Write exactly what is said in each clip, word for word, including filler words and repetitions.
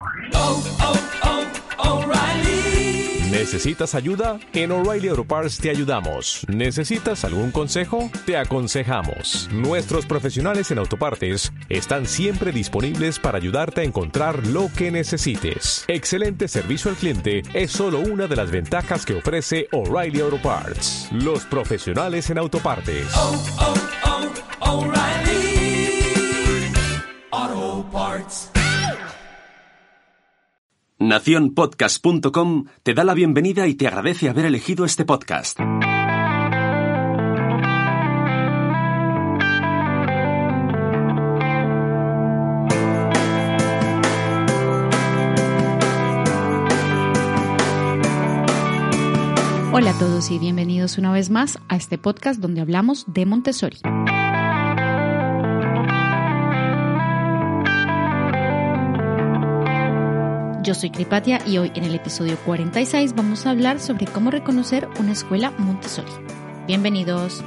Oh, oh, oh, O'Reilly. ¿Necesitas ayuda? En O'Reilly Auto Parts te ayudamos. ¿Necesitas algún consejo? Te aconsejamos. Nuestros profesionales en autopartes están siempre disponibles para ayudarte a encontrar lo que necesites. Excelente servicio al cliente es solo una de las ventajas que ofrece O'Reilly Auto Parts. Los profesionales en autopartes. Oh, oh, oh, O'Reilly Auto Parts. Nación Podcast punto com te da la bienvenida y te agradece haber elegido este podcast. Hola a todos y bienvenidos una vez más a este podcast donde hablamos de Montessori. Yo soy Kripatia y hoy en el episodio cuarenta y seis vamos a hablar sobre cómo reconocer una escuela Montessori. Bienvenidos.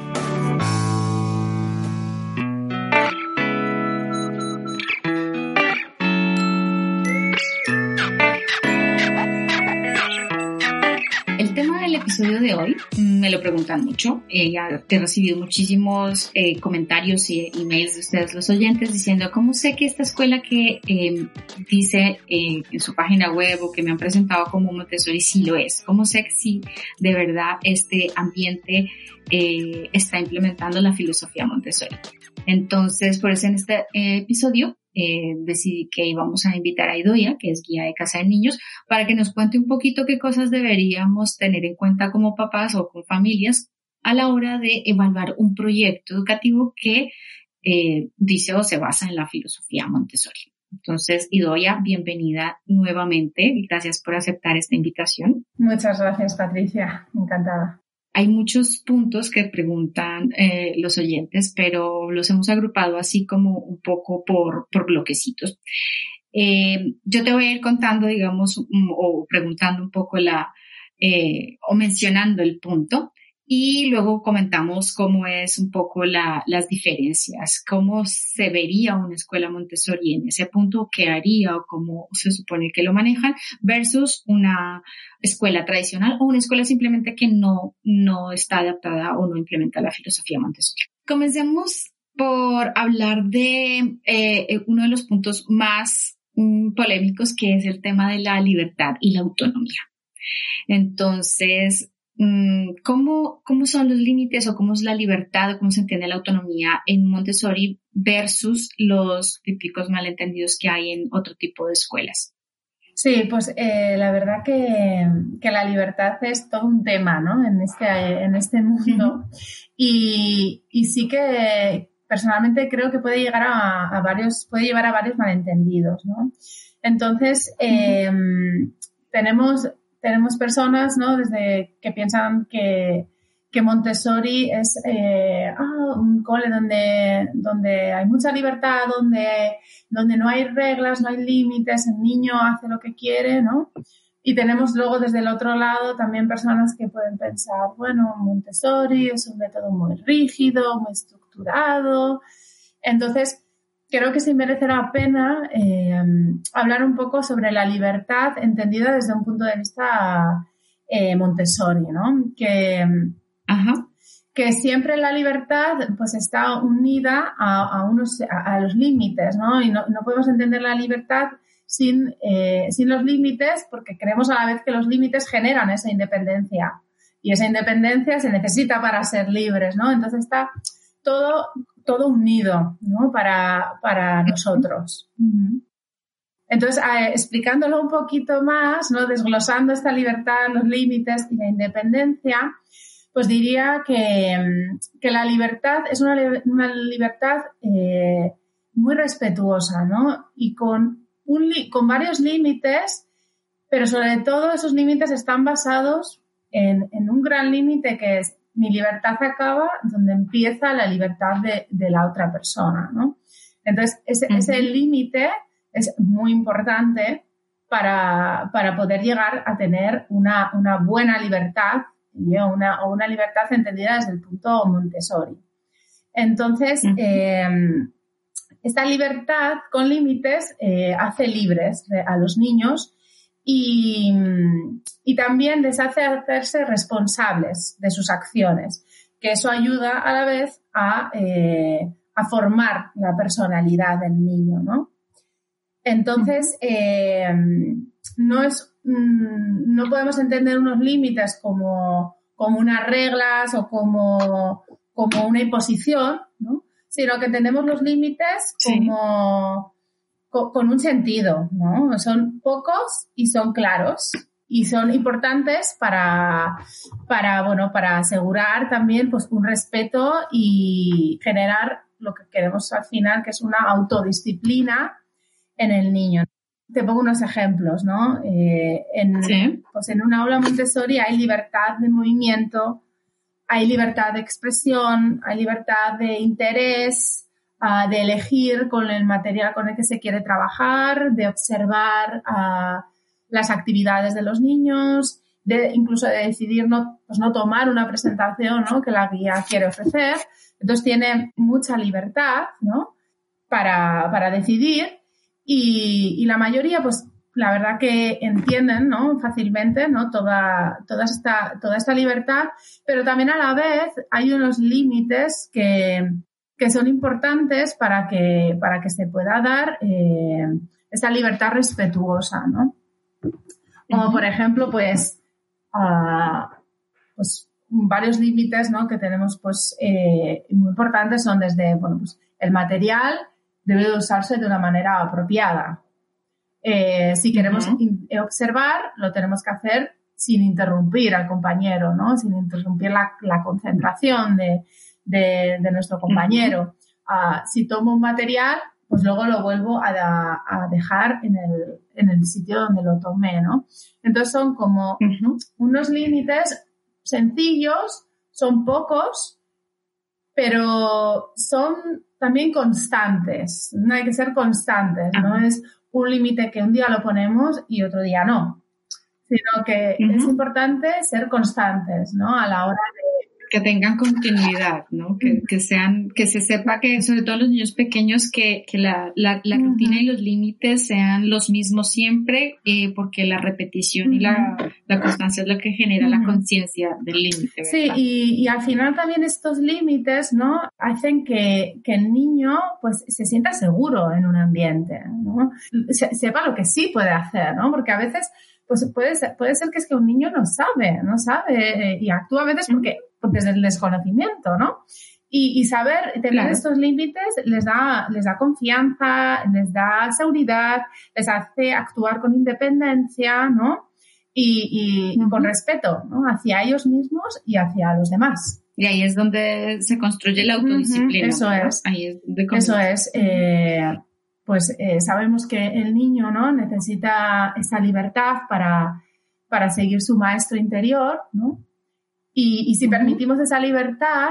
El tema del episodio de hoy me lo preguntan mucho. Eh, ya he recibido muchísimos eh, comentarios y emails de ustedes los oyentes diciendo cómo sé que esta escuela que eh, dice eh, en su página web o que me han presentado como Montessori sí lo es. Cómo sé que sí de verdad este ambiente eh, está implementando la filosofía Montessori. Entonces, por eso en este eh, episodio Eh, decidí que íbamos a invitar a Idoia, que es guía de casa de niños, para que nos cuente un poquito qué cosas deberíamos tener en cuenta como papás o con familias a la hora de evaluar un proyecto educativo que eh, dice o se basa en la filosofía Montessori. Entonces, Idoia, bienvenida nuevamente y gracias por aceptar esta invitación. Muchas gracias, Patricia. Encantada. Hay muchos puntos que preguntan eh, los oyentes, pero los hemos agrupado así como un poco por, por bloquecitos. Eh, yo te voy a ir contando, digamos, um, o preguntando un poco la, eh, o mencionando el punto y luego comentamos cómo es un poco la, las diferencias, cómo se vería una escuela Montessori en ese punto, qué haría o cómo se supone que lo manejan versus una escuela tradicional o una escuela simplemente que no, no está adaptada o no implementa la filosofía Montessori. Comencemos por hablar de eh, uno de los puntos más um, polémicos, que es el tema de la libertad y la autonomía. Entonces, ¿Cómo, ¿Cómo son los límites o cómo es la libertad o cómo se entiende la autonomía en Montessori versus los típicos malentendidos que hay en otro tipo de escuelas? Sí, pues eh, la verdad que, que la libertad es todo un tema, ¿no? En este, en este mundo. Uh-huh. y, y sí que personalmente creo que puede llegar a, a varios, puede llevar a varios malentendidos, ¿no? Entonces, eh, uh-huh. tenemos... Tenemos personas, ¿no?, desde que piensan que, que Montessori es eh, ah, un cole donde, donde hay mucha libertad, donde, donde no hay reglas, no hay límites, el niño hace lo que quiere, ¿no? Y tenemos luego desde el otro lado también personas que pueden pensar, bueno, Montessori es un método muy rígido, muy estructurado. Entonces, creo que sí merece la pena eh, hablar un poco sobre la libertad entendida desde un punto de vista eh, Montessori, ¿no? Que, Ajá. que siempre la libertad pues está unida a, a, unos, a, a los límites, ¿no? Y no, no podemos entender la libertad sin, eh, sin los límites, porque creemos a la vez que los límites generan esa independencia y esa independencia se necesita para ser libres, ¿no? Entonces está todo... todo unido, ¿no? Para, para nosotros. Uh-huh. Entonces, eh, explicándolo un poquito más, ¿no? Desglosando esta libertad, los límites y la independencia, pues diría que, que la libertad es una, una libertad eh, muy respetuosa, ¿no? Y con, un li- con varios límites, pero sobre todo esos límites están basados en, en un gran límite que es mi libertad acaba donde empieza la libertad de, de la otra persona, ¿no? Entonces, ese, uh-huh. ese límite es muy importante para, para poder llegar a tener una, una buena libertad y una, o una libertad entendida desde el punto Montessori. Entonces, uh-huh. eh, esta libertad con límites eh, hace libres a los niños y, y también les hace hacerse responsables de sus acciones, que eso ayuda a la vez a, eh, a formar la personalidad del niño, ¿no? Entonces, eh, no es, no podemos entender unos límites como, como unas reglas o como, como una imposición, ¿no? Sino que entendemos los límites como sí. con, con un sentido, ¿no? Son pocos y son claros y son importantes para, para, bueno, para asegurar también pues, un respeto y generar lo que queremos al final, que es una autodisciplina en el niño. Te pongo unos ejemplos, ¿no? Eh, en, sí. Pues en una aula Montessori hay libertad de movimiento, hay libertad de expresión, hay libertad de interés, uh, de elegir con el material con el que se quiere trabajar, de observar uh, las actividades de los niños, de incluso de decidir no, pues no tomar una presentación, ¿no? Que la guía quiere ofrecer. Entonces tiene mucha libertad, ¿no? Para, para decidir y, y la mayoría, pues la verdad que entienden, ¿no? Fácilmente, ¿no? Toda, toda esta, toda esta libertad, pero también a la vez hay unos límites que, que son importantes para que, para que se pueda dar eh, esa libertad respetuosa, ¿no? Como por ejemplo, pues, uh, pues varios límites, ¿no? Que tenemos, pues, eh, muy importantes son desde, bueno, pues el material debe de usarse de una manera apropiada. Eh, si queremos uh-huh. in- observar, lo tenemos que hacer sin interrumpir al compañero, ¿no? Sin interrumpir la, la concentración de, de, de nuestro compañero. Uh-huh. Uh, si tomo un material, pues luego lo vuelvo a, da, a dejar en el, en el sitio donde lo tomé, ¿no? Entonces son como uh-huh. unos límites sencillos, son pocos, pero son también constantes. No hay que ser constantes, uh-huh. no es un límite que un día lo ponemos y otro día no, sino que uh-huh. es importante ser constantes, ¿no? A la hora de que tengan continuidad, ¿no? Que, que sean, que se sepa que, sobre todo los niños pequeños, que, que la, la, la uh-huh. rutina y los límites sean los mismos siempre, eh, porque la repetición uh-huh. y la, la constancia es lo que genera uh-huh. la conciencia del límite, ¿verdad? Sí, y, y al final también estos límites, ¿no? Hacen que, que el niño, pues, se sienta seguro en un ambiente, ¿no? Se, sepa lo que sí puede hacer, ¿no? Porque a veces, pues, puede ser, puede ser que es que un niño no sabe, no sabe, eh, y actúa a veces porque, porque es el desconocimiento, ¿no? Y, y saber tener claro. estos límites les da, les da confianza, les da seguridad, les hace actuar con independencia, ¿no? Y, y uh-huh. con respeto, ¿no? Hacia ellos mismos y hacia los demás. Y ahí es donde se construye la autodisciplina. Uh-huh. Eso ¿no? es. Ahí es donde Eso es. Eh, pues eh, sabemos que el niño, ¿no? Necesita esa libertad para, para seguir su maestro interior, ¿no? Y, y si uh-huh. permitimos esa libertad,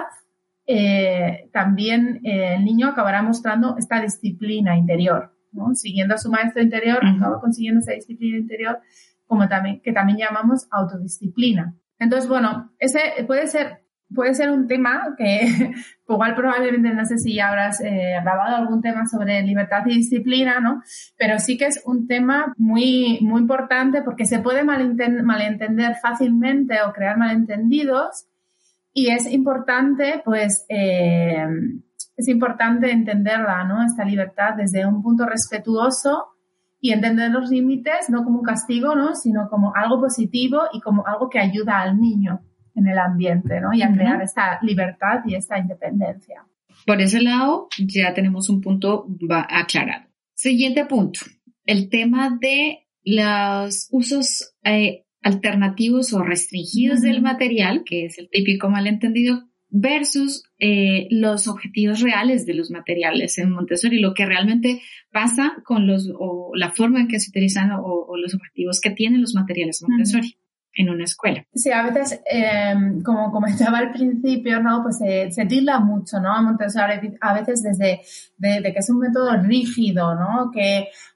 eh, también eh, el niño acabará mostrando esta disciplina interior, ¿no? Siguiendo a su maestro interior, uh-huh. acaba consiguiendo esa disciplina interior, como también, que también llamamos autodisciplina. Entonces, bueno, ese puede ser, puede ser un tema que igual probablemente, no sé si ya habrás eh, grabado algún tema sobre libertad y disciplina, ¿no? Pero sí que es un tema muy, muy importante porque se puede malenten- malentender fácilmente o crear malentendidos y es importante, pues, eh, es importante entenderla, ¿no? Esta libertad desde un punto respetuoso y entender los límites no como un castigo, ¿no? Sino como algo positivo y como algo que ayuda al niño en el ambiente, ¿no? Y a uh-huh. crear esta libertad y esta independencia. Por ese lado, ya tenemos un punto aclarado. Siguiente punto, el tema de los usos eh, alternativos o restringidos uh-huh. del material, que es el típico malentendido, versus eh, los objetivos reales de los materiales en Montessori, lo que realmente pasa con los, o la forma en que se utilizan o, o los objetivos que tienen los materiales Montessori. Uh-huh. En una escuela. Sí, a veces, eh, como comentaba al principio, ¿no? Pues eh, se tilda mucho, ¿no? A Montessori a veces desde de, de que es un método rígido, ¿no? Que, que es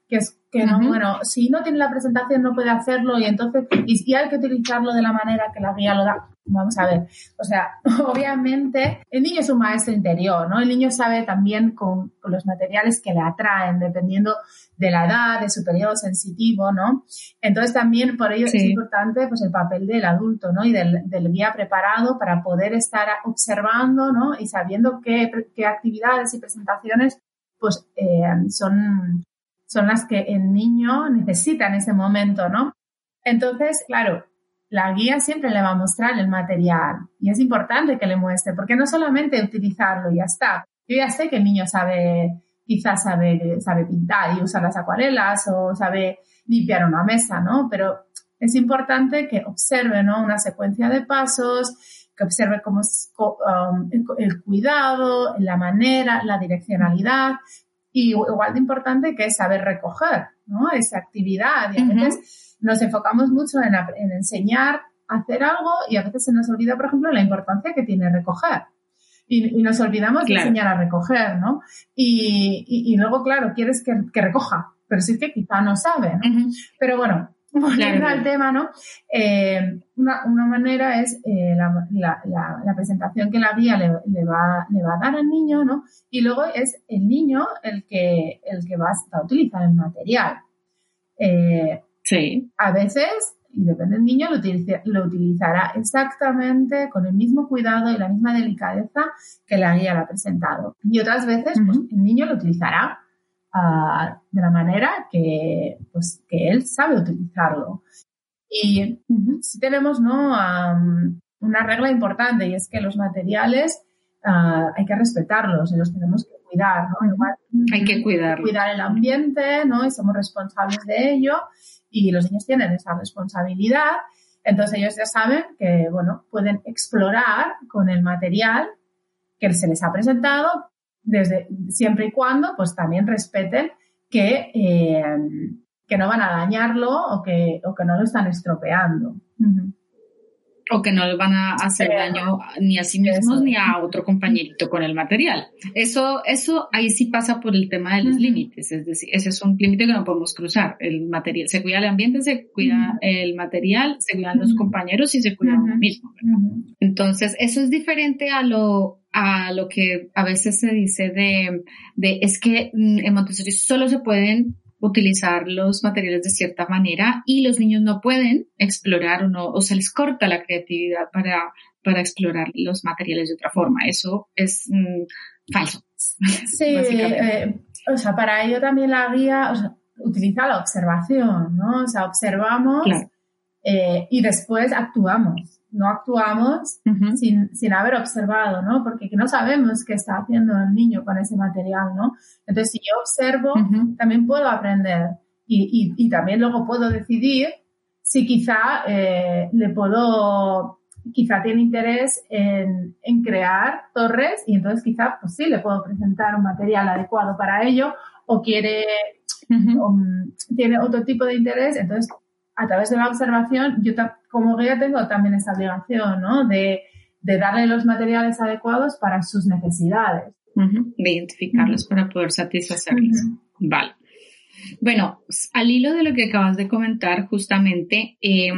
que no, Uh-huh. bueno, si no tiene la presentación no puede hacerlo y entonces, y, y hay que utilizarlo de la manera que la guía lo da. Vamos a ver, o sea, obviamente el niño es un maestro interior, ¿no? El niño sabe también con, con los materiales que le atraen, dependiendo de la edad, de su periodo sensitivo, ¿no? Entonces también por ello Sí. es importante pues el papel del adulto, ¿no? Y del, del guía preparado para poder estar observando, ¿no? Y sabiendo qué, qué actividades y presentaciones pues eh, son, son las que el niño necesita en ese momento, ¿no? Entonces, claro, la guía siempre le va a mostrar el material y es importante que le muestre, porque no solamente utilizarlo y ya está. Yo ya sé que el niño sabe, quizás sabe, sabe pintar y usar las acuarelas o sabe limpiar una mesa, ¿no? Pero es importante que observe, ¿no? Una secuencia de pasos, que observe cómo es um, el, el cuidado, la manera, la direccionalidad y igual de importante que es saber recoger, ¿no? Esa actividad y a veces uh-huh. nos enfocamos mucho en, en enseñar a hacer algo y a veces se nos olvida, por ejemplo, la importancia que tiene recoger. Y, y nos olvidamos claro. de enseñar a recoger, ¿no? Y, y, y luego, claro, quieres que, que recoja, pero sí que quizá no sabe, ¿no? Uh-huh. Pero bueno, volviendo claro. al tema, ¿no? Eh, una, una manera es eh, la, la, la, la presentación que la guía le, le, va, le va a dar al niño, ¿no? Y luego es el niño el que, el que va a utilizar el material. Eh, sí. A veces, y depende del niño, lo, utiliza, lo utilizará exactamente con el mismo cuidado y la misma delicadeza que la guía le ha presentado. Y otras veces, uh-huh. pues, el niño lo utilizará uh, de la manera que, pues, que él sabe utilizarlo. Y uh-huh. sí tenemos, ¿no? Um, una regla importante y es que los materiales uh, hay que respetarlos y los tenemos que cuidar, ¿no? Igual, hay que cuidarlos. Cuidar el ambiente, ¿no? Y somos responsables de ello. Y los niños tienen esa responsabilidad, entonces ellos ya saben que, bueno, pueden explorar con el material que se les ha presentado, desde siempre y cuando, pues también respeten que, eh, que no van a dañarlo o que, o que no lo están estropeando. Uh-huh. O que no le van a hacer Pero, daño ni a sí mismos eso. ni a otro compañerito con el material. Eso, eso ahí sí pasa por el tema de los uh-huh. límites, es decir, ese es un límite que no podemos cruzar. El material, se cuida el ambiente, se cuida uh-huh. el material, se cuidan uh-huh. los compañeros y se cuida uh-huh. uno mismo, ¿verdad? Uh-huh. Entonces, eso es diferente a lo, a lo que a veces se dice de, de es que en Montessori solo se pueden utilizar los materiales de cierta manera y los niños no pueden explorar o no, o se les corta la creatividad para, para explorar los materiales de otra forma. Eso es mmm, falso. Sí, eh, o sea, para ello también la guía, o sea, utiliza la observación, ¿no? O sea, observamos claro. eh, y después actuamos. No actuamos uh-huh. sin, sin haber observado, ¿no? Porque no sabemos qué está haciendo el niño con ese material, ¿no? Entonces, si yo observo, uh-huh. también puedo aprender y, y, y también luego puedo decidir si quizá eh, le puedo, quizá tiene interés en, en crear torres y entonces quizá, pues sí, le puedo presentar un material adecuado para ello o quiere, uh-huh. o, tiene otro tipo de interés, entonces a través de la observación, yo como guía tengo también esa obligación, ¿no? De, de darle los materiales adecuados para sus necesidades. Uh-huh. De identificarlos uh-huh. para poder satisfacerlos. Uh-huh. Vale. Bueno, al hilo de lo que acabas de comentar, justamente, eh,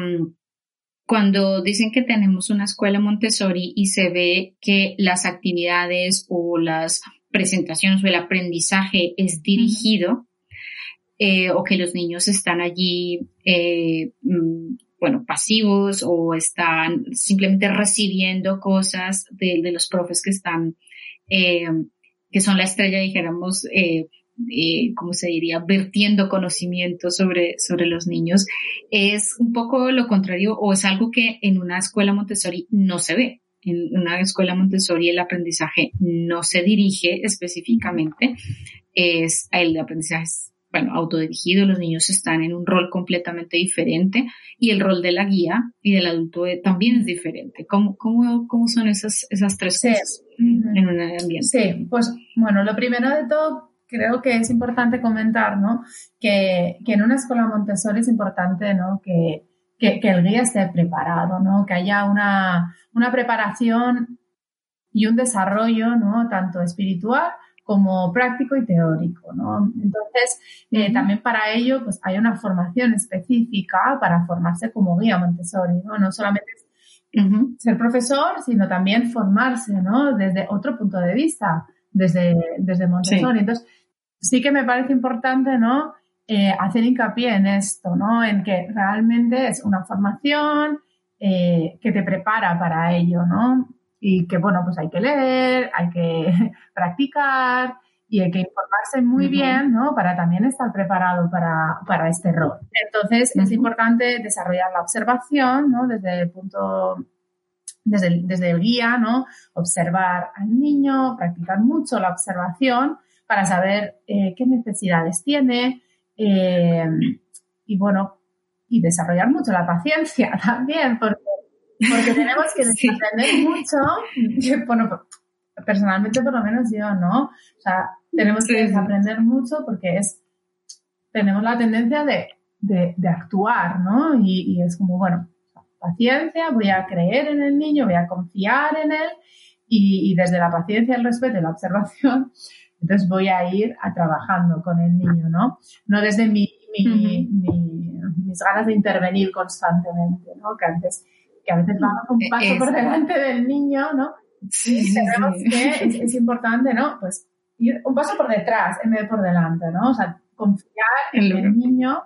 cuando dicen que tenemos una escuela Montessori y se ve que las actividades o las presentaciones o el aprendizaje es dirigido, uh-huh. Eh, o que los niños están allí, eh, bueno, pasivos o están simplemente recibiendo cosas de, de los profes que están, eh, que son la estrella, dijéramos, eh, eh, ¿cómo se diría?, vertiendo conocimiento sobre, sobre los niños. Es un poco lo contrario o es algo que en una escuela Montessori no se ve. En una escuela Montessori el aprendizaje no se dirige específicamente, es el aprendizaje es bueno, autodirigido, los niños están en un rol completamente diferente y el rol de la guía y del adulto también es diferente. ¿Cómo, cómo, cómo son esas, esas tres sí. cosas uh-huh. en un ambiente? Sí, pues bueno, lo primero de todo creo que es importante comentar, ¿no? Que, que en una escuela Montessori es importante, ¿no? Que, que, que el guía esté preparado, ¿no? Que haya una, una preparación y un desarrollo, ¿no? Tanto espiritual como práctico y teórico, ¿no? Entonces, eh, uh-huh. también para ello, pues hay una formación específica para formarse como guía Montessori, ¿no? No solamente uh-huh. ser profesor, sino también formarse, ¿no? Desde otro punto de vista, desde, desde Montessori. Sí. Entonces, sí que me parece importante, ¿no? Eh, hacer hincapié en esto, ¿no? En que realmente es una formación eh, que te prepara para ello, ¿no? Y que, bueno, pues hay que leer, hay que practicar y hay que informarse muy uh-huh. bien, ¿no? Para también estar preparado para, para este rol. Entonces, uh-huh. es importante desarrollar la observación, ¿no? Desde el punto, desde el, desde el guía, ¿no? Observar al niño, practicar mucho la observación para saber eh, qué necesidades tiene, Eh, y bueno, y desarrollar mucho la paciencia también, porque, porque tenemos que sí. aprender mucho. Bueno, personalmente por lo menos yo, ¿no? O sea, tenemos sí. que aprender mucho porque es, tenemos la tendencia de, de, de actuar, ¿no? Y, y es como, bueno, paciencia, voy a creer en el niño, voy a confiar en él y, y desde la paciencia, el respeto y la observación, entonces voy a ir a trabajando con el niño, ¿no? No desde mi, mi, uh-huh. mi, mis ganas de intervenir constantemente, ¿no? Que a veces, que a veces vamos un paso es... por delante del niño, ¿no? Sí, y sabemos sí. que es, es importante, ¿no? Pues ir un paso por detrás en vez de por delante, ¿no? O sea, confiar en el, el niño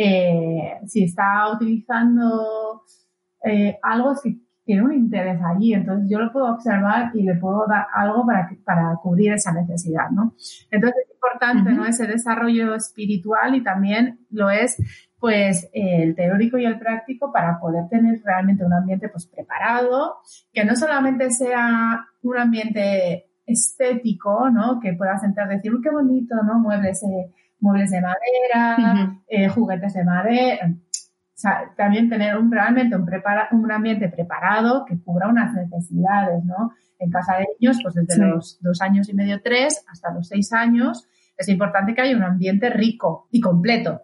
eh, si está utilizando eh, algo es que tiene un interés allí, entonces yo lo puedo observar y le puedo dar algo para, para cubrir esa necesidad, ¿no? Entonces es importante, uh-huh. ¿no? Ese desarrollo espiritual y también lo es, pues, el teórico y el práctico para poder tener realmente un ambiente, pues, preparado, que no solamente sea un ambiente estético, ¿no? Que puedas entrar y decir, uy, qué bonito, ¿no? Muebles, eh, muebles de madera, uh-huh. eh, juguetes de madera. O sea, también tener un, realmente un, prepara, un ambiente preparado que cubra unas necesidades, ¿no? En casa de niños, pues desde sí. los dos años y medio, tres, hasta los seis años, es importante que haya un ambiente rico y completo.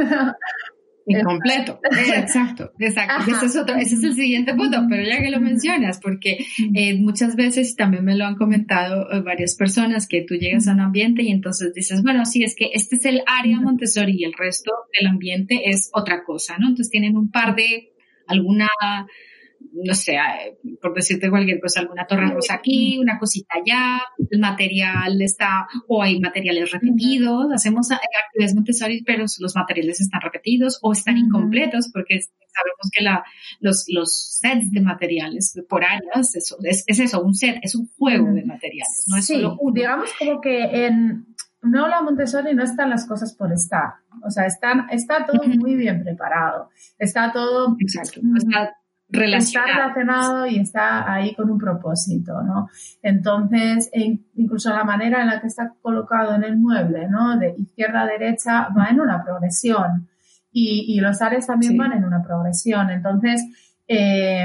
Incompleto, exacto, exacto. Ese es otro, ese es el siguiente punto, pero ya que lo mencionas, porque eh, muchas veces también me lo han comentado eh, varias personas que tú llegas a un ambiente y entonces dices, bueno, sí, es que este es el área Montessori y el resto del ambiente es otra cosa, ¿no? Entonces tienen un par de, alguna, no sé, por decirte cualquier cosa, alguna torre rosa aquí, una cosita allá, el material está, o hay materiales repetidos, hacemos actividades Montessori, pero los materiales están repetidos o están incompletos, porque sabemos que la, los, los sets de materiales por áreas, eso, es, es eso, un set, es un juego de materiales, no es sí, solo uno. Digamos como que en una aula Montessori no están las cosas por estar, o sea, están, está todo uh-huh. muy bien preparado, está todo... Exacto, está relacionado. Está relacionado y está ahí con un propósito, ¿no? Entonces, incluso la manera en la que está colocado en el mueble, ¿no? De izquierda a derecha va en una progresión y, y los áreas también sí. van en una progresión. Entonces, eh,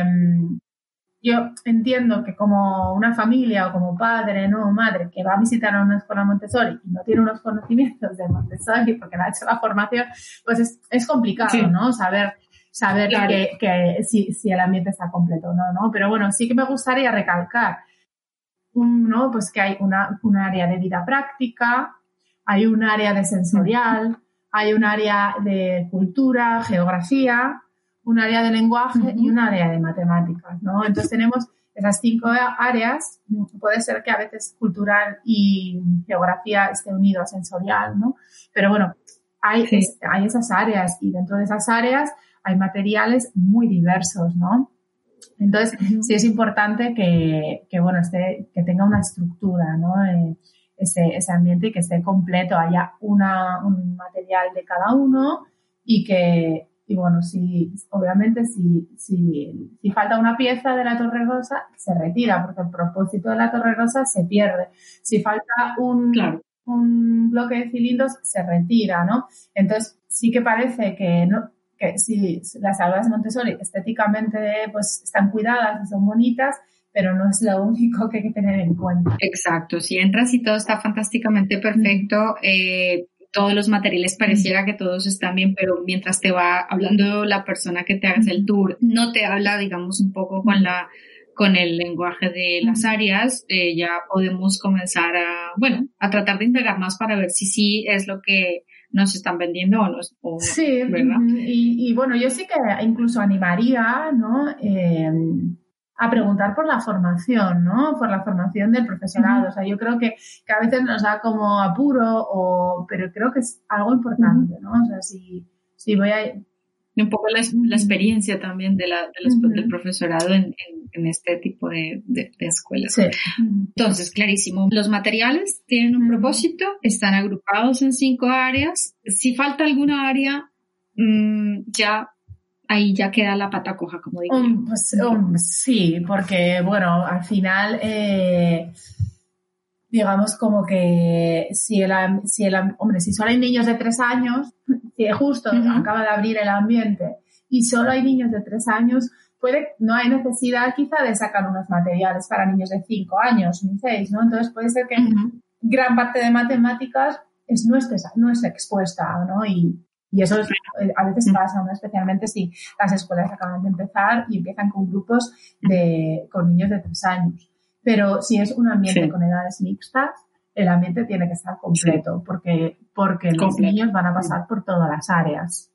yo entiendo que como una familia o como padre, ¿no? O madre que va a visitar a una escuela Montessori y no tiene unos conocimientos de Montessori porque no ha hecho la formación, pues es, es complicado, sí. ¿no? Saber saber claro. que, que si, si el ambiente está completo o no, ¿no? Pero bueno, sí que me gustaría recalcar, un, ¿no? Pues que hay una, un área de vida práctica, hay un área de sensorial, hay un área de cultura, geografía, un área de lenguaje uh-huh. y un área de matemáticas, ¿no? Entonces tenemos esas cinco áreas, puede ser que a veces cultural y geografía esté unido a sensorial, ¿no? Pero bueno, hay, sí. es, hay esas áreas y dentro de esas áreas hay materiales muy diversos, ¿no? Entonces, uh-huh. sí es importante que, que bueno, esté, que tenga una estructura, ¿no? Eh, ese, ese ambiente y que esté completo, haya una, un material de cada uno y que, y bueno, si, obviamente, si, si, si falta una pieza de la Torre Rosa, se retira, porque el propósito de la Torre Rosa se pierde. Si falta un, claro. un bloque de cilindros, se retira, ¿no? Entonces, sí que parece que no, que si las aulas Montessori estéticamente pues están cuidadas y son bonitas, pero no es lo único que hay que tener en cuenta. Exacto, si entras y todo está fantásticamente perfecto, eh, todos los materiales pareciera que todos están bien, pero mientras te va hablando la persona que te hace el tour, no te habla, digamos, un poco con la con el lenguaje de las áreas, eh, ya podemos comenzar a, bueno, a tratar de indagar más para ver si sí es lo que nos están vendiendo o no. O no, sí, ¿verdad? Y, y bueno, yo sí que incluso animaría, ¿no? Eh, a preguntar por la formación, ¿no? Por la formación del profesorado. Uh-huh. O sea, yo creo que, que a veces nos da como apuro, o, pero creo que es algo importante, ¿no? O sea, si, si voy a... Un poco la, la experiencia también de la, de los, uh-huh. del profesorado en, en, en este tipo de, de, de escuelas. Sí. Entonces, clarísimo. Los materiales tienen un uh-huh. propósito, están agrupados en cinco áreas. Si falta alguna área, mmm, ya... ahí ya queda la pata coja, como digo. Um, pues, um, sí, porque, bueno, al final, eh, digamos como que si el, si el, hombre, si solo hay niños de tres años, si justo uh-huh. acaba de abrir el ambiente y solo hay niños de tres años, puede, no hay necesidad quizá de sacar unos materiales para niños de cinco años, ni seis, ¿no? Entonces puede ser que uh-huh. gran parte de matemáticas es, no, esté, no esté expuesta, ¿no? Y, Y eso es, a veces pasa, ¿no? Especialmente si las escuelas acaban de empezar y empiezan con grupos de, con niños de tres años. Pero si es un ambiente sí. con edades mixtas, el ambiente tiene que estar completo, sí. porque, porque completo. Los niños van a pasar por todas las áreas.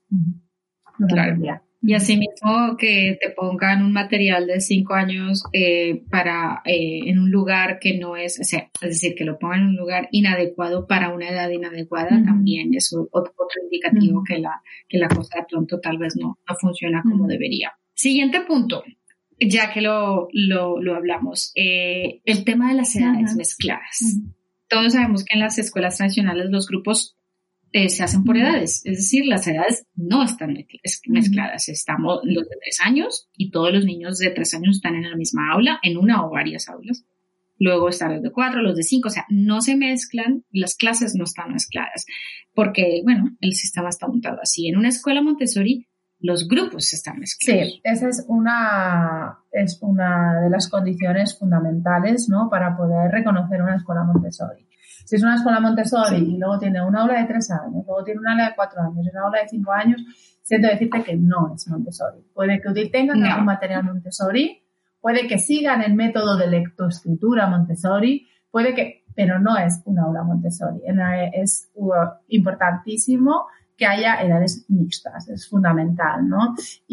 Claro. Y asimismo que te pongan un material de cinco años eh, para eh, en un lugar que no es, o sea, es decir, que lo pongan en un lugar inadecuado para una edad inadecuada, uh-huh. también es otro, otro indicativo uh-huh. que la que la cosa de pronto tal vez no, no funciona como uh-huh. debería. Siguiente punto, ya que lo, lo, lo hablamos, eh, el tema de las edades uh-huh. mezcladas. Uh-huh. Todos sabemos que en las escuelas tradicionales los grupos Eh, se hacen por edades, es decir, las edades no están mezcladas, estamos los de tres años y todos los niños de tres años están en la misma aula, en una o varias aulas, luego están los de cuatro, los de cinco, o sea, no se mezclan, las clases no están mezcladas, porque, bueno, el sistema está montado así. En una escuela Montessori, los grupos están mezclados. Sí, esa es una, es una de las condiciones fundamentales, ¿no?, para poder reconocer una escuela Montessori. Si es una escuela Montessori sí. y luego tiene una aula de tres años, luego tiene una aula de cuatro años y una aula de cinco años, siento decirte que no es Montessori. Puede que tengan no. algún material Montessori, puede que sigan el método de lectoescritura Montessori, puede que, pero no es una aula Montessori. Es importantísimo que haya edades mixtas, es fundamental, ¿no?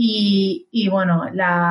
Y, y bueno,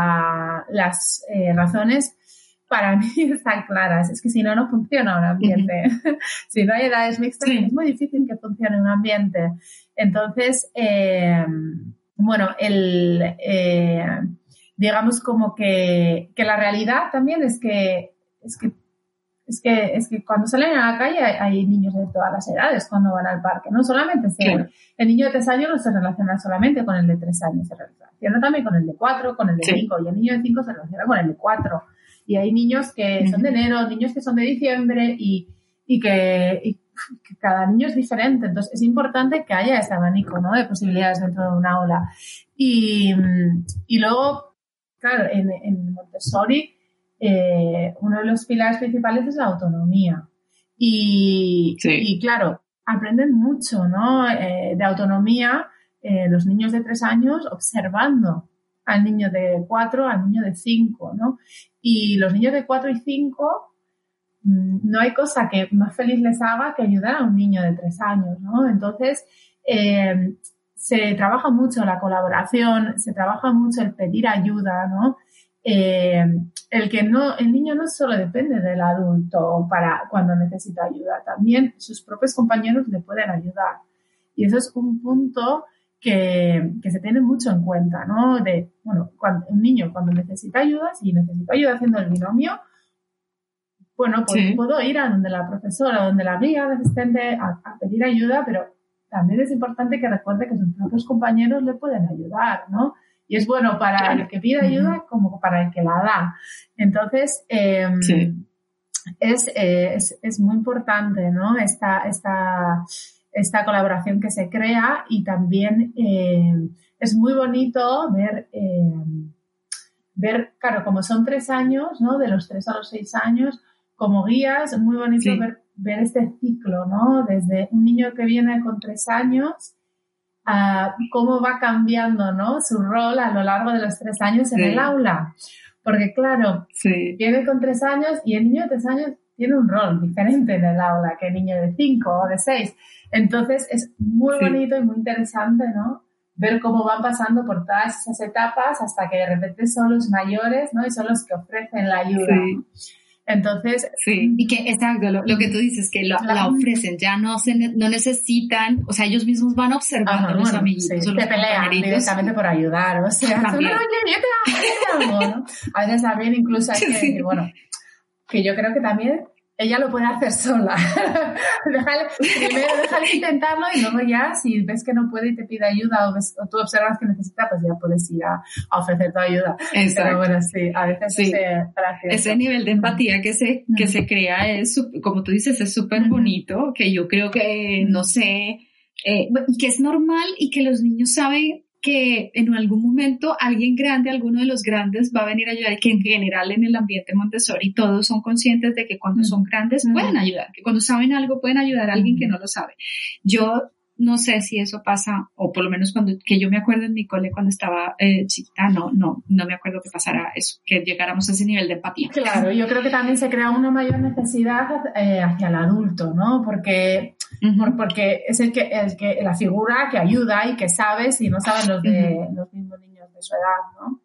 la, las eh, razones para mí están claras. Es que si no, no funciona un ambiente. Uh-huh. Si no hay edades mixtas, sí. es muy difícil que funcione un ambiente. Entonces, eh, bueno, el, eh, digamos como que, que la realidad también es que, es que, es que, es que cuando salen a la calle hay, hay niños de todas las edades cuando van al parque, no solamente se, claro. el niño de tres años no se relaciona solamente con el de tres años, se relaciona también con el de cuatro, con el de sí. cinco, y el niño de cinco se relaciona con el de cuatro. Y hay niños que son de enero, niños que son de diciembre y, y, que, y que cada niño es diferente. Entonces es importante que haya ese abanico, ¿no?, de posibilidades dentro de un aula. Y, y luego, claro, en, en Montessori eh, uno de los pilares principales es la autonomía. Y, sí. y claro, aprenden mucho, ¿no?, eh, de autonomía eh, los niños de tres años observando al niño de cuatro, al niño de cinco, ¿no? Y los niños de cuatro y cinco, no hay cosa que más feliz les haga que ayudar a un niño de tres años, ¿no? Entonces, eh, se trabaja mucho la colaboración, se trabaja mucho el pedir ayuda, ¿no? Eh, el que no, el niño no solo depende del adulto para cuando necesita ayuda, también sus propios compañeros le pueden ayudar. Y eso es un punto que, que se tiene mucho en cuenta, ¿no? De, bueno, cuando, un niño cuando necesita ayuda, si necesita ayuda haciendo el binomio, bueno, pues sí. puedo ir a donde la profesora, donde la guía, el asistente, a, a pedir ayuda, pero también es importante que recuerde que sus propios compañeros le pueden ayudar, ¿no? Y es bueno para claro. el que pide ayuda uh-huh. como para el que la da. Entonces, eh, sí. es, eh, es, es muy importante, ¿no? Esta, esta, esta colaboración que se crea, y también eh, es muy bonito ver, eh, ver, claro, como son tres años, ¿no? De los tres a los seis años, como guías, es muy bonito sí. ver, ver este ciclo, ¿no? Desde un niño que viene con tres años, a cómo va cambiando, ¿no?, su rol a lo largo de los tres años en sí. el aula. Porque claro, Sí. viene con tres años y el niño de tres años tiene un rol diferente en el aula que el niño de cinco o de seis. Entonces es muy Sí. bonito y muy interesante, ¿no? Ver cómo van pasando por todas esas etapas hasta que de repente son los mayores, ¿no? Y son los que ofrecen la ayuda. Sí. Entonces, Sí, y que exacto, lo, lo que tú dices, que lo, la ofrecen, ya no se ne- no necesitan, o sea, ellos mismos van observando ajá, a los bueno, amiguitos sí, o los te pelean compañeritos. directamente por ayudar, o sea, También. "Oye, yo te hago, yo te hago", ¿no? A veces también incluso hay que Sí. decir, bueno, que yo creo que también ella lo puede hacer sola. déjale, primero déjale intentarlo y luego ya, si ves que no puede y te pide ayuda o, ves, o tú observas que necesita, pues ya puedes ir a, a ofrecer tu ayuda. Exacto. Pero bueno, sí, a veces Sí. es eh, gracioso. Ese nivel de empatía que se, que Mm. se crea es, sup- como tú dices, es súper Ujú. bonito, que yo creo que, no sé, eh, y que es normal y que los niños saben que en algún momento alguien grande, alguno de los grandes va a venir a ayudar, y que en general en el ambiente Montessori todos son conscientes de que cuando Mm. son grandes Mm. pueden ayudar, que cuando saben algo pueden ayudar a alguien Mm. que no lo sabe. Yo no sé si eso pasa, o por lo menos cuando, que yo me acuerdo en mi cole cuando estaba eh, chiquita, no, no, no me acuerdo que pasara eso, que llegáramos a ese nivel de empatía. Claro, yo creo que también se crea una mayor necesidad eh, hacia el adulto, ¿no? Porque, Ujú. por- porque es el que, el que, la figura que ayuda y que sabe si no saben los, de, los mismos niños de su edad, ¿no?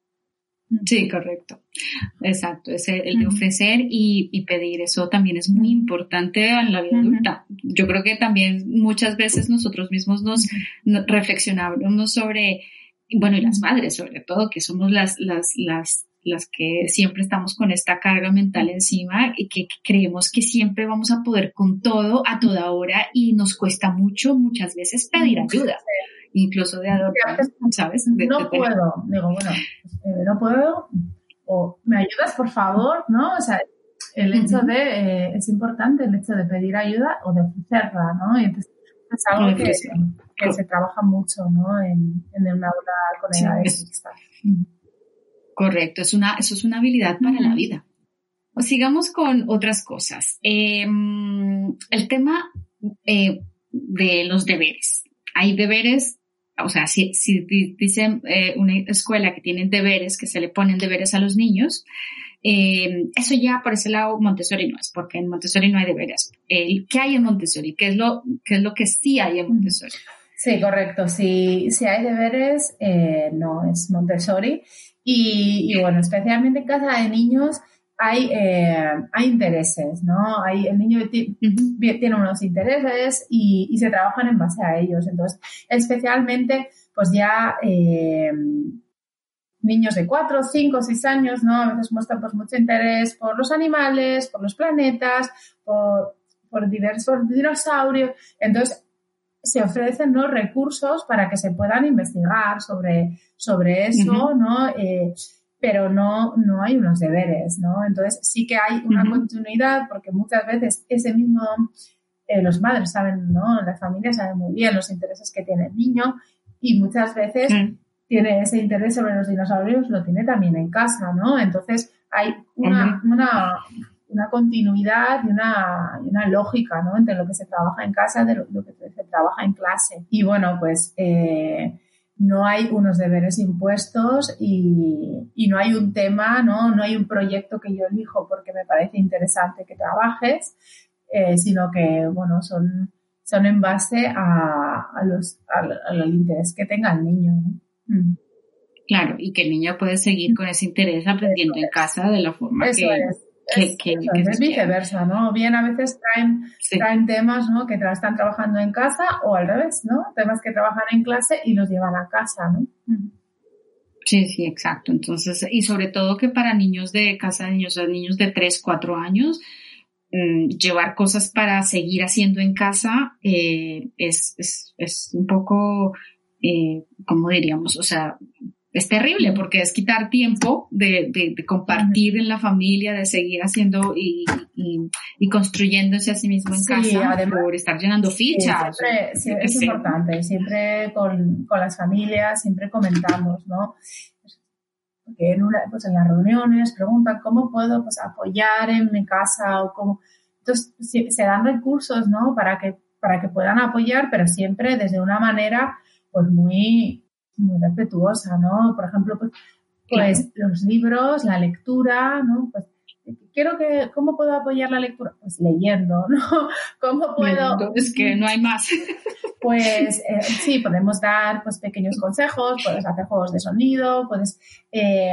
Sí, correcto. Exacto, ese, el de Ujú. ofrecer y, y pedir, eso también es muy importante en la vida Ujú. adulta. Yo creo que también muchas veces nosotros mismos nos, nos reflexionamos sobre, bueno, y las madres sobre todo, que somos las, las, las, las que siempre estamos con esta carga mental encima y que, que creemos que siempre vamos a poder con todo a toda hora y nos cuesta mucho muchas veces pedir ayuda, incluso de adoptar, ¿sabes? De- No de tener- puedo. Digo, bueno, pues, eh, no puedo. O me ayudas, por favor, ¿no? O sea, el hecho Ujú. de, eh, es importante el hecho de pedir ayuda o de ofrecerla, ¿no? Y entonces es algo De que, ofrecerla. que se trabaja mucho, ¿no? En, en una aula con Sí, edades es- mixtas. Correcto, es una, eso es una habilidad para Ujú. la vida. O sigamos con otras cosas. Eh, el tema eh, de los deberes. Hay deberes, o sea, si, si di- dicen eh, una escuela que tienen deberes, que se le ponen deberes a los niños, eh, eso ya por ese lado Montessori no es, porque en Montessori no hay deberes. El, ¿qué hay en Montessori? ¿Qué es lo, qué es lo que sí hay en Montessori? Sí, correcto. Si, si hay deberes, eh, no es Montessori. Y, y bueno, especialmente en casa de niños hay, eh, hay intereses, ¿no? Hay, el niño ti- Ujú. tiene unos intereses y, y se trabajan en base a ellos. Entonces, especialmente, pues ya eh, niños de cuatro, cinco, seis años, ¿no? A veces muestran pues mucho interés por los animales, por los planetas, por, por diversos dinosaurios. Entonces, se ofrecen, ¿no?, recursos para que se puedan investigar sobre, sobre eso, Ujú. ¿no? Eh, pero no, no hay unos deberes, ¿no? Entonces sí que hay una Ujú. continuidad porque muchas veces ese mismo, eh, los padres saben, ¿no? Las familias saben muy bien los intereses que tiene el niño y muchas veces Sí. tiene ese interés sobre los dinosaurios, lo tiene también en casa, ¿no? Entonces hay una, Ujú. una, una continuidad y una, y una lógica, ¿no?, entre lo que se trabaja en casa y lo, lo que se trabaja en clase. Y bueno, pues eh, no hay unos deberes impuestos y, y no hay un tema, ¿no? No hay un proyecto que yo elijo porque me parece interesante que trabajes, eh, sino que, bueno, son, son en base a, a los, al, al interés que tenga el niño, ¿no? Mm. Claro, y que el niño puede seguir con ese interés aprendiendo en casa de la forma Eso que, es. que, Es, que, eso que es, se es quiera. viceversa, ¿no? Bien, a veces traen, Sí. traen temas, ¿no?, que tra- están trabajando en casa o al revés, ¿no? Temas que trabajan en clase y los llevan a casa, ¿no? Sí, sí, exacto. Entonces, y sobre todo que para niños de casa de niños, o sea, niños de tres, cuatro años, mmm, llevar cosas para seguir haciendo en casa eh, es, es, es un poco, eh, ¿cómo diríamos? O sea, es terrible porque es quitar tiempo de, de, de compartir en la familia, de seguir haciendo y, y, y construyéndose a sí mismo en Sí, casa además, por estar llenando sí, fichas. siempre, o sí, yo qué es sé. importante, siempre con, con las familias, siempre comentamos, ¿no? Porque en, una, pues en las reuniones preguntan cómo puedo, pues, apoyar en mi casa o cómo. Entonces, sí, se dan recursos, ¿no?, para que, para que puedan apoyar, pero siempre desde una manera, pues, muy, muy respetuosa, ¿no? Por ejemplo, pues, Pues claro. Los libros, la lectura, ¿no? Pues quiero que, ¿cómo puedo apoyar la lectura? Pues leyendo, ¿no? ¿Cómo puedo? Leyendo, es que no hay más. Pues eh, sí, podemos dar pues pequeños consejos, puedes hacer juegos de sonido, puedes, eh,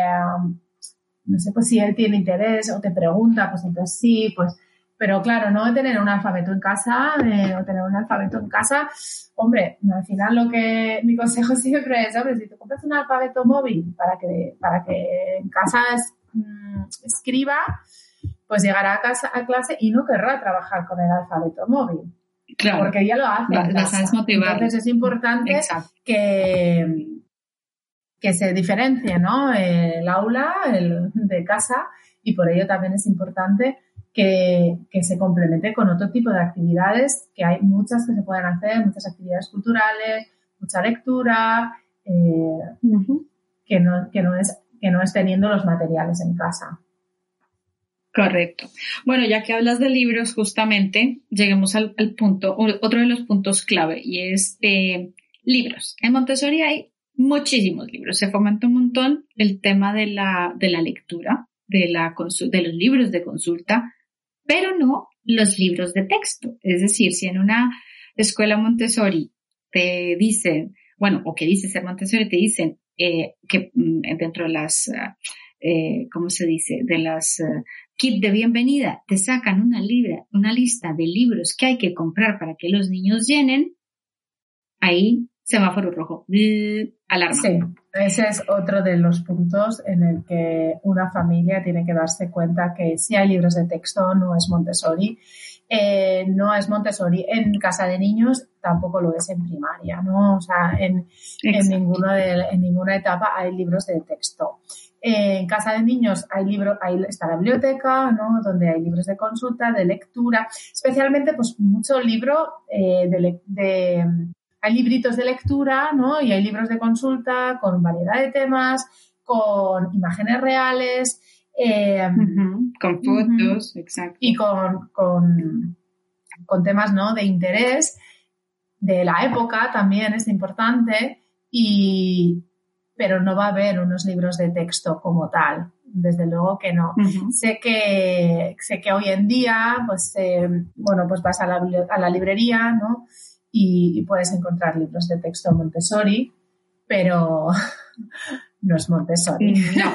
no sé, pues si él tiene interés o te pregunta, pues entonces sí, pues, pero claro, no tener un alfabeto en casa, eh, o tener un alfabeto en casa, hombre, al final lo que, mi consejo siempre es, hombre, si tú compras un alfabeto móvil para que, para que en casa es, mm, escriba, pues llegará a casa, a clase y no querrá trabajar con el alfabeto móvil. Claro. Porque ya lo hace. Va, vas a desmotivar. Entonces es importante que, que se diferencie, ¿no? El aula el de casa, y por ello también es importante que, que se complemente con otro tipo de actividades, que hay muchas que se pueden hacer, muchas actividades culturales, mucha lectura, eh, uh-huh. que, no, que, no es, que no es teniendo los materiales en casa. Correcto. Bueno, ya que hablas de libros, justamente, lleguemos al, al punto, otro de los puntos clave, y es eh, libros. En Montessori hay muchísimos libros. Se fomenta un montón el tema de la, de la lectura, de, la consu- de los libros de consulta, pero no los libros de texto. Es decir, si en una escuela Montessori te dicen, bueno, o que dice ser Montessori, te dicen eh, que mm, dentro de las, uh, eh, ¿cómo se dice? De las uh, kit de bienvenida, te sacan una, libra, una lista de libros que hay que comprar para que los niños llenen, ahí semáforo rojo, alarma. Sí, ese es otro de los puntos en el que una familia tiene que darse cuenta que si hay libros de texto no es Montessori. Eh, no es Montessori en casa de niños, tampoco lo es en primaria, ¿no? O sea, en, en, ninguno de, en ninguna etapa hay libros de texto. En casa de niños hay libros, ahí está la biblioteca, ¿no? Donde hay libros de consulta, de lectura, especialmente pues mucho libro eh, de, de, hay libritos de lectura, ¿no? Y hay libros de consulta con variedad de temas, con imágenes reales, eh, uh-huh. con fotos, uh-huh. exacto. Y con, con, con temas, ¿no? De interés, de la época también es importante, y pero no va a haber unos libros de texto como tal, desde luego que no. Uh-huh. Sé que sé que hoy en día, pues, eh, bueno, pues vas a la, a la librería, ¿no? Y, y puedes encontrar libros de texto Montessori, pero no es Montessori. No.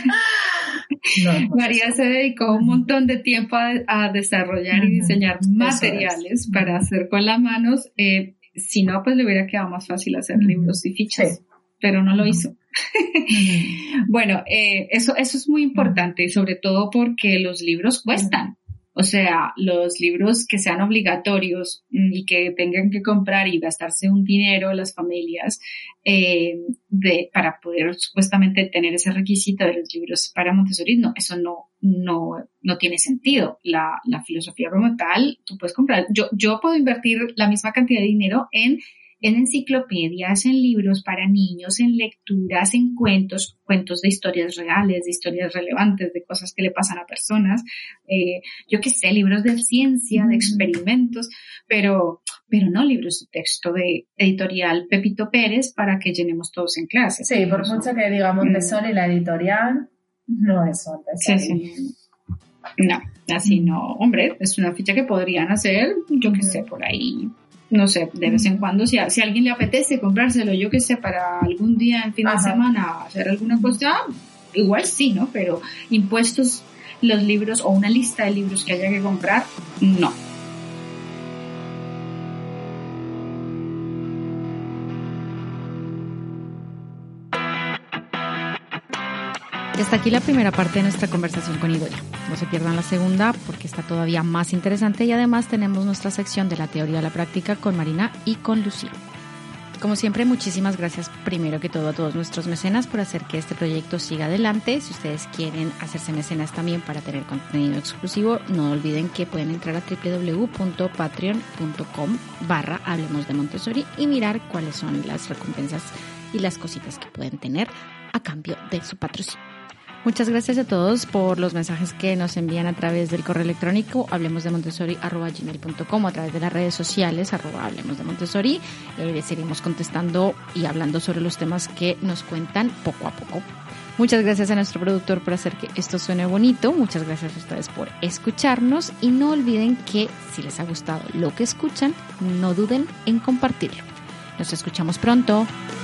No, María se dedicó un montón de tiempo a, a desarrollar uh-huh. y diseñar materiales para hacer con las manos. Eh, si no, pues le hubiera quedado más fácil hacer uh-huh. libros y fichas. Sí. Pero no lo hizo. Uh-huh. Bueno, eh, eso, eso es muy importante, sobre todo porque los libros cuestan. O sea, los libros que sean obligatorios y que tengan que comprar y gastarse un dinero las familias eh, de, para poder supuestamente tener ese requisito de los libros para Montessori, no, eso no, no, no tiene sentido. La, la filosofía como tal, tú puedes comprar. Yo, yo puedo invertir la misma cantidad de dinero en en enciclopedias, en libros para niños, en lecturas, en cuentos, cuentos de historias reales, de historias relevantes, de cosas que le pasan a personas, eh, yo qué sé, libros de ciencia, de experimentos, pero, pero no libros de texto de editorial Pepito Pérez para que llenemos todos en clase. Sí, por mucho que diga Montessori, mm. la editorial no es Montessori. Sí, sí. No, así no. Hombre, es una ficha que podrían hacer, yo qué mm. sé, por ahí. No sé, de vez en cuando, si a, si a alguien le apetece comprárselo, yo qué sé, para algún día en fin Ajá. de semana hacer alguna cosa, igual sí, ¿no? Pero impuestos los libros o una lista de libros que haya que comprar, no. Y hasta aquí la primera parte de nuestra conversación con Idoia. No se pierdan la segunda porque está todavía más interesante, y además tenemos nuestra sección de la teoría a la práctica con Marina y con Lucía. Como siempre, muchísimas gracias primero que todo a todos nuestros mecenas por hacer que este proyecto siga adelante. Si ustedes quieren hacerse mecenas también para tener contenido exclusivo, no olviden que pueden entrar a www.patreon.com barra Hablemos de Montessori y mirar cuáles son las recompensas y las cositas que pueden tener a cambio de su patrocinio. Muchas gracias a todos por los mensajes que nos envían a través del correo electrónico hablemosdemontessori arroba gmail punto com o a través de las redes sociales arroba Hablemos de Montessori. Eh, seguimos contestando y hablando sobre los temas que nos cuentan poco a poco. Muchas gracias a nuestro productor por hacer que esto suene bonito. Muchas gracias a ustedes por escucharnos. Y no olviden que si les ha gustado lo que escuchan, no duden en compartirlo. Nos escuchamos pronto.